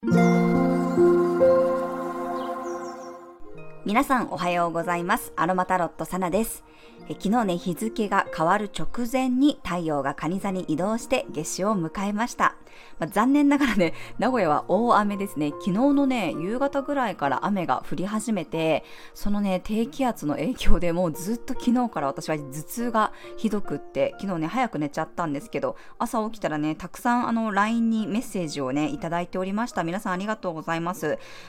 皆さんおはようございます。アロマタロットサナです。昨日ね、日付が変わる直前に太陽が蟹座に移動して夏至を迎えました。残念ながらね、名古屋は大雨ですね。昨日のね、夕方ぐらいから雨が降り始めて、そのね、低気圧の影響でもうずっと昨日から私は頭痛がひどくって、昨日ね、早く寝ちゃったんですけど、朝起きたらね、たくさんLINE にメッセージをね、いただいておりました。皆さんありがとうございます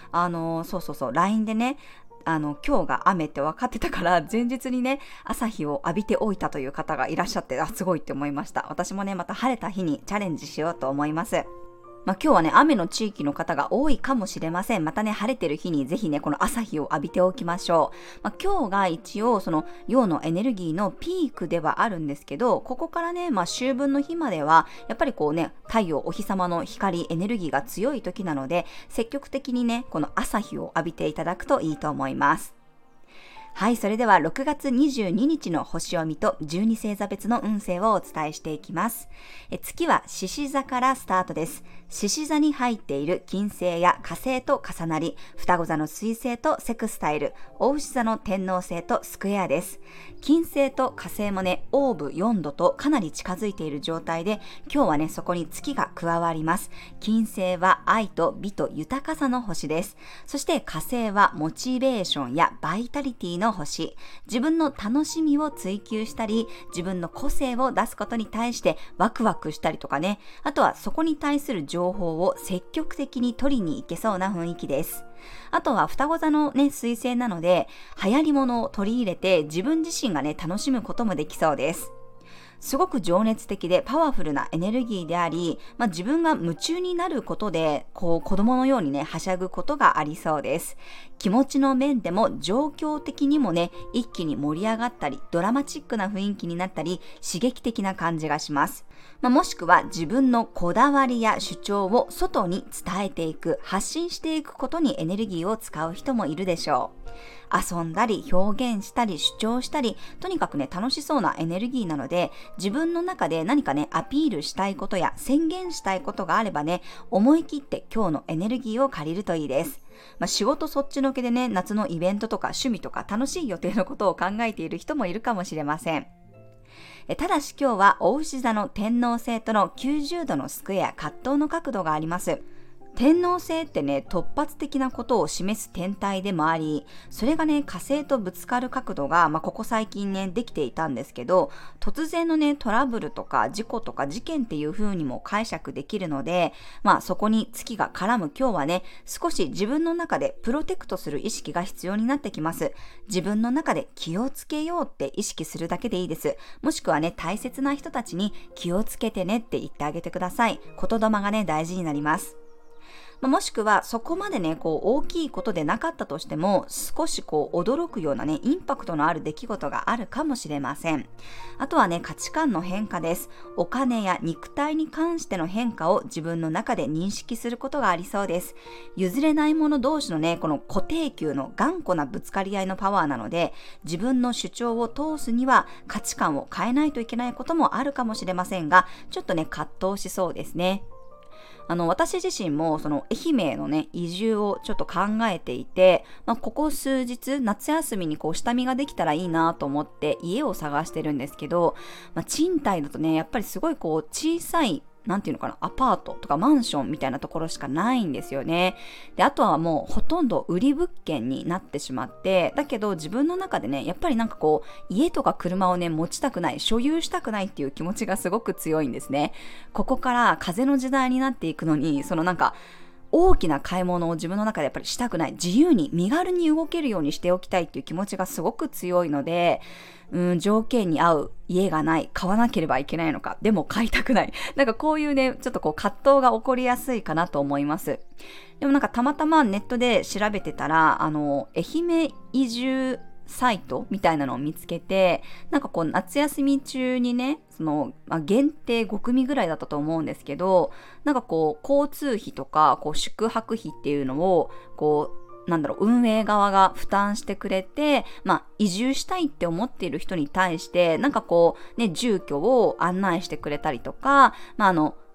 。LINE でね、今日が雨って分かってたから前日にね朝日を浴びておいたという方がいらっしゃってすごいって思いました。私もねまた晴れた日にチャレンジしようと思います。今日はね雨の地域の方が多いかもしれません。またね晴れてる日にぜひねこの朝日を浴びておきましょう。今日が一応その陽のエネルギーのピークではあるんですけど、ここからね秋分の日まではやっぱりこうね太陽お日様の光エネルギーが強い時なので、積極的にねこの朝日を浴びていただくといいと思います。はい、それでは6月22日の星読みと12星座別の運勢をお伝えしていきます。月は獅子座からスタートです。獅子座に入っている金星や火星と重なり、双子座の水星とセクスタイル、牡牛座の天王星とスクエアです。金星と火星もね、オーブ4度とかなり近づいている状態で、今日はね、そこに月が加わります。金星は愛と美と豊かさの星です。そして火星はモチベーションやバイタリティの星。自分の楽しみを追求したり、自分の個性を出すことに対してワクワクしたりとかね、あとはそこに対する情報を積極的に取りに行けそうな雰囲気です。あとは双子座のね、水星なので、流行り物を取り入れて自分自身がね、楽しむこともできそうです。すごく情熱的でパワフルなエネルギーであり、自分が夢中になることで、子供のようにね、はしゃぐことがありそうです。気持ちの面でも状況的にもね、一気に盛り上がったり、ドラマチックな雰囲気になったり、刺激的な感じがします。もしくは自分のこだわりや主張を外に伝えていく、発信していくことにエネルギーを使う人もいるでしょう。遊んだり表現したり主張したり、とにかくね楽しそうなエネルギーなので、自分の中で何かねアピールしたいことや宣言したいことがあればね、思い切って今日のエネルギーを借りるといいです。仕事そっちのけでね、夏のイベントとか趣味とか楽しい予定のことを考えている人もいるかもしれません。ただし今日は牡牛座の天王星との90度のスクエア葛藤の角度があります。天王星ってね、突発的なことを示す天体でもあり、それがね、火星とぶつかる角度が、ここ最近ね、できていたんですけど、突然のね、トラブルとか事故とか事件っていう風にも解釈できるので、そこに月が絡む今日はね、少し自分の中でプロテクトする意識が必要になってきます。自分の中で気をつけようって意識するだけでいいです。もしくはね、大切な人たちに気をつけてねって言ってあげてください。言霊がね、大事になります。もしくはそこまでね大きいことでなかったとしても、少し驚くようなねインパクトのある出来事があるかもしれません。あとはね価値観の変化です。お金や肉体に関しての変化を自分の中で認識することがありそうです。譲れない者同士のねこの固定給の頑固なぶつかり合いのパワーなので、自分の主張を通すには価値観を変えないといけないこともあるかもしれませんが、ちょっとね葛藤しそうですね。私自身もその愛媛へのね移住をちょっと考えていて、ここ数日夏休みに下見ができたらいいなと思って家を探してるんですけど、賃貸だとねやっぱりすごい小さいなんていうのかな、アパートとかマンションみたいなところしかないんですよね。で、あとはもうほとんど売り物件になってしまって、だけど自分の中でね、やっぱり家とか車をね、持ちたくない、所有したくないっていう気持ちがすごく強いんですね。ここから風の時代になっていくのに、大きな買い物を自分の中でやっぱりしたくない、自由に身軽に動けるようにしておきたいっていう気持ちがすごく強いので、条件に合う家がない、買わなければいけないのか、でも買いたくない、こういうねちょっと葛藤が起こりやすいかなと思います。でもたまたまネットで調べてたら愛媛移住サイトみたいなのを見つけて、夏休み中にね限定5組ぐらいだったと思うんですけど、交通費とか宿泊費っていうのを運営側が負担してくれて、移住したいって思っている人に対して住居を案内してくれたりとか、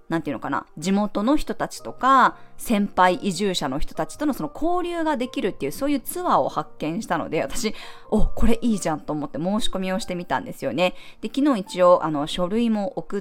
なんていうのかな、地元の人たちとか先輩移住者の人たちとのその交流ができるっていう、そういうツアーを発見したので、私これいいじゃんと思って申し込みをしてみたんですよね。で、昨日一応書類も送って、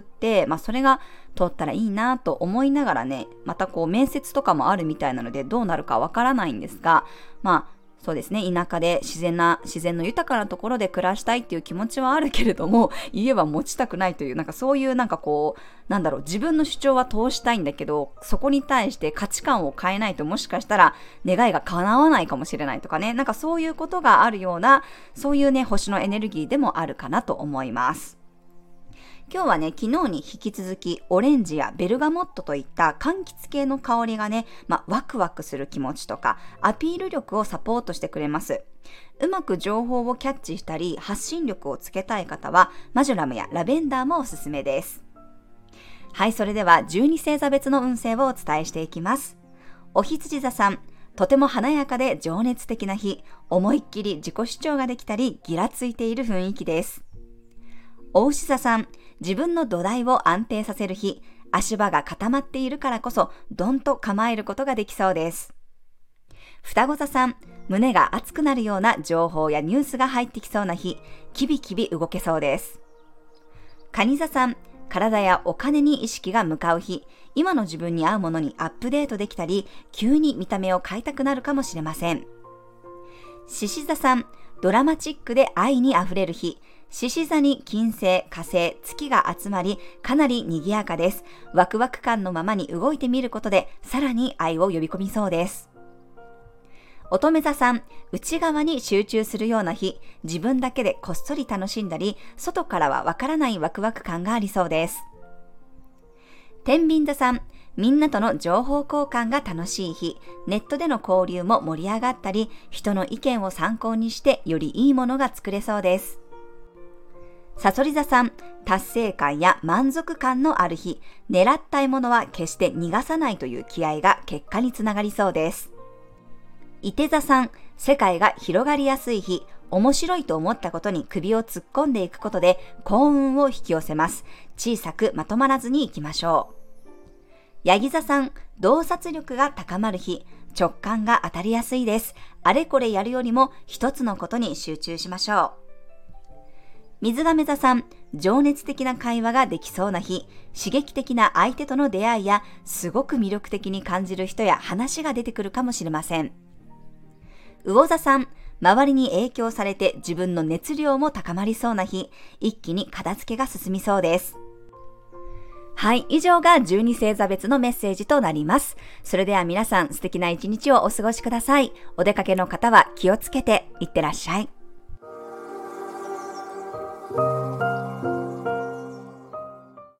それが通ったらいいなと思いながらね、また面接とかもあるみたいなのでどうなるかわからないんですが、そうですね、田舎で自然の豊かなところで暮らしたいっていう気持ちはあるけれども、家は持ちたくないという、そういう自分の主張は通したいんだけど、そこに対して価値観を変えないと、もしかしたら願いが叶わないかもしれないとかね、そういうことがあるような、そういうね、星のエネルギーでもあるかなと思います。今日はね、昨日に引き続きオレンジやベルガモットといった柑橘系の香りがね、ワクワクする気持ちとかアピール力をサポートしてくれます。うまく情報をキャッチしたり発信力をつけたい方はマジュラムやラベンダーもおすすめです。はい、それでは12星座別の運勢をお伝えしていきます。お羊座さん、とても華やかで情熱的な日、思いっきり自己主張ができたりギラついている雰囲気です。お牛座さん、自分の土台を安定させる日、足場が固まっているからこそドンと構えることができそうです。双子座さん、胸が熱くなるような情報やニュースが入ってきそうな日、キビキビ動けそうです。蟹座さん、体やお金に意識が向かう日、今の自分に合うものにアップデートできたり、急に見た目を変えたくなるかもしれません。獅子座さん、ドラマチックで愛にあふれる日、獅子座に金星、火星、月が集まり、かなり賑やかです。ワクワク感のままに動いてみることで、さらに愛を呼び込みそうです。乙女座さん、内側に集中するような日、自分だけでこっそり楽しんだり、外からはわからないワクワク感がありそうです。天秤座さん、みんなとの情報交換が楽しい日、ネットでの交流も盛り上がったり、人の意見を参考にしてよりいいものが作れそうです。蠍座さん、達成感や満足感のある日、狙った獲物は決して逃がさないという気合が結果につながりそうです。射手座さん、世界が広がりやすい日、面白いと思ったことに首を突っ込んでいくことで幸運を引き寄せます。小さくまとまらずにいきましょう。ヤギ座さん、洞察力が高まる日、直感が当たりやすいです。あれこれやるよりも一つのことに集中しましょう。水亀座さん、情熱的な会話ができそうな日、刺激的な相手との出会いや、すごく魅力的に感じる人や話が出てくるかもしれません。魚座さん、周りに影響されて自分の熱量も高まりそうな日、一気に片付けが進みそうです。はい、以上が12星座別のメッセージとなります。それでは皆さん、素敵な一日をお過ごしください。お出かけの方は気をつけていってらっしゃい。